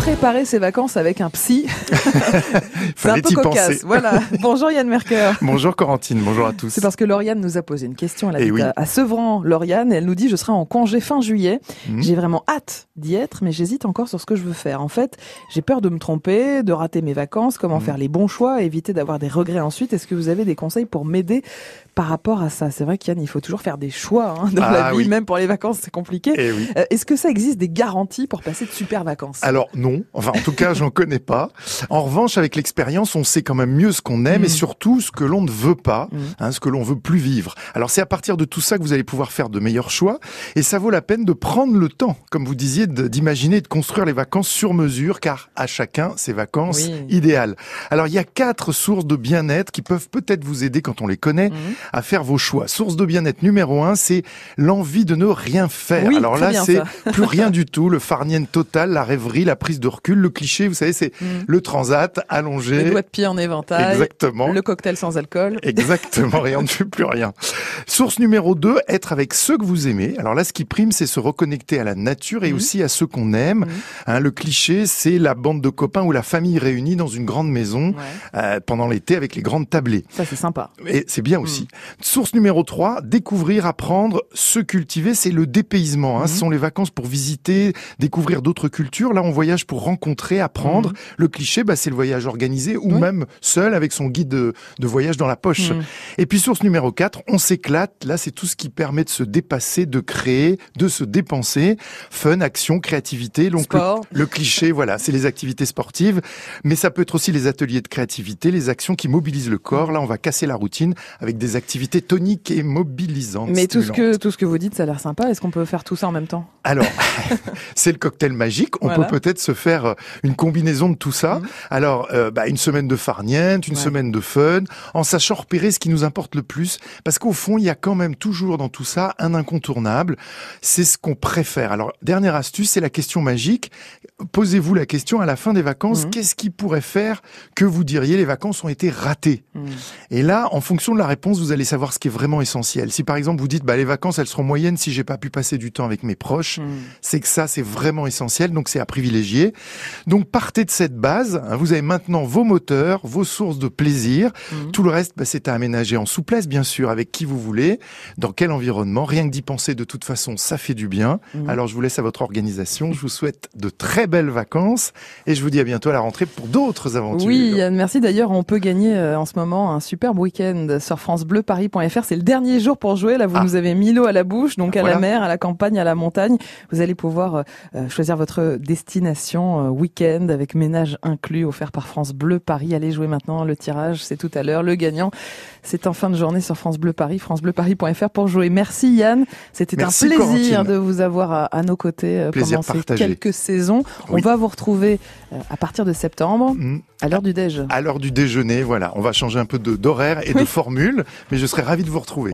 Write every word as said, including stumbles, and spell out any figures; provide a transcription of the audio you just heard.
préparer ses vacances avec un psy. C'est un peu cocasse. Penser. Voilà. Bonjour Yann Mercœur. Bonjour Corentine, bonjour à tous. C'est parce que Lauriane nous a posé une question. Elle habite oui. à, à Sevran, Lauriane. Elle nous dit, je serai en congé fin juillet. Mmh. J'ai vraiment hâte d'y être, mais j'hésite encore sur ce que je veux faire. En fait, j'ai peur de me tromper, de rater mes vacances, comment mmh. faire les bons choix, éviter d'avoir des regrets ensuite. Est-ce que vous avez des conseils pour m'aider par rapport à ça? C'est vrai qu'Yann, il faut toujours faire des choix hein, dans ah, la vie, oui. même pour les vacances, c'est compliqué. Et oui. euh, Est-ce que ça existe des garanties pour passer de super vacances? Alors non, enfin en tout cas j'en connais pas. En revanche, avec l'expérience, on sait quand même mieux ce qu'on aime mmh. et surtout ce que l'on ne veut pas, mmh. hein, ce que l'on veut plus vivre. Alors c'est à partir de tout ça que vous allez pouvoir faire de meilleurs choix et ça vaut la peine de prendre le temps, comme vous disiez, de, d'imaginer et de construire les vacances sur mesure, car à chacun ses vacances oui. idéales. Alors il y a quatre sources de bien-être qui peuvent peut-être vous aider quand on les connaît mmh. à faire vos choix. Source de bien-être numéro un, c'est l'envie de ne rien faire. Oui, Alors là, bien, c'est ça. plus rien du tout, le farniente total, la rêverie, la prise de recul, le cliché, vous savez, c'est mmh. le transat allongé. Les doigts de pied en éventail. Exactement. Le cocktail sans alcool. Exactement, et on ne fait plus rien. Source numéro deux, être avec ceux que vous aimez. Alors là, ce qui prime, c'est se reconnecter à la nature et mmh. aussi à ceux qu'on aime. Mmh. Hein, le cliché, c'est la bande de copains ou la famille réunie dans une grande maison ouais. euh, pendant l'été avec les grandes tablées. Ça, c'est sympa. Et c'est bien mmh. aussi. Source numéro trois, découvrir, apprendre, se cultiver, c'est le dépaysement. Hein. Mmh. Ce sont les vacances pour visiter, découvrir d'autres cultures. Là, on voyage pour rencontrer, apprendre. Mmh. Le cliché, bah, c'est le voyage organisé ou oui. même seul avec son guide de, de voyage dans la poche. Mmh. Et puis, source numéro quatre, on s'éclate. Là, c'est tout ce qui permet de se dépasser, de créer, de se dépenser. Fun, action, créativité. Donc, Sport. Le, le cliché, voilà, c'est les activités sportives. Mais ça peut être aussi les ateliers de créativité, les actions qui mobilisent le corps. Là, on va casser la routine avec des activités toniques et mobilisantes. Mais tout ce, que, tout ce que vous dites, ça a l'air sympa. Est-ce qu'on peut faire tout ça en même temps? Alors, c'est le cocktail magique. On voilà. peut peut-être se faire une combinaison de tout ça. Mmh. Alors, euh, bah, une semaine de farniente, une ouais. semaine de fun, en sachant repérer ce qui nous importe le plus. Parce qu'au fond, il y a quand même toujours dans tout ça un incontournable. C'est ce qu'on préfère. Alors, dernière astuce, c'est la question magique. Posez-vous la question à la fin des vacances. Mmh. Qu'est-ce qui pourrait faire que vous diriez les vacances ont été ratées? Mmh. Et là, en fonction de la réponse, vous allez savoir ce qui est vraiment essentiel. Si par exemple, vous dites, bah, les vacances, elles seront moyennes si j'ai pas pu passer du temps avec mes proches, mmh. c'est que ça, c'est vraiment essentiel. Donc, c'est à privilégier. Donc, partez de cette base. Vous avez maintenant vos moteurs, vos sources de plaisir. Mmh. Tout le reste, bah, c'est à aménager en souplesse, bien sûr, avec qui vous voulez, dans quel environnement. Rien que d'y penser, de toute façon, ça fait du bien. Mmh. Alors, je vous laisse à votre organisation. Je vous souhaite de très belles vacances et je vous dis à bientôt à la rentrée pour d'autres aventures. Oui, Yann, merci. D'ailleurs, on peut gagner euh, en ce moment un superbe week-end sur france bleu paris point f r. C'est le dernier jour pour jouer. Là, vous ah. nous avez mis l'eau à la bouche, donc à voilà. la mer, à la campagne, à la montagne. Vous allez pouvoir euh, choisir votre destination euh, week-end avec ménage inclus offert par France Bleu Paris. Allez jouer maintenant. Le tirage, c'est tout à l'heure. Le gagnant, c'est en fin de journée sur France Bleu Paris, france bleu paris point f r pour jouer. Merci Yann. C'était Merci, un plaisir Corentine. de vous avoir à, à nos côtés euh, pendant ces partagé. quelques saisons. Oui. On va vous retrouver euh, à partir de septembre, mmh. à l'heure du déj. À l'heure du déjeuner, voilà. On va changer un peu de, d'horaire et oui. de formule, mais je serai ravi de vous retrouver.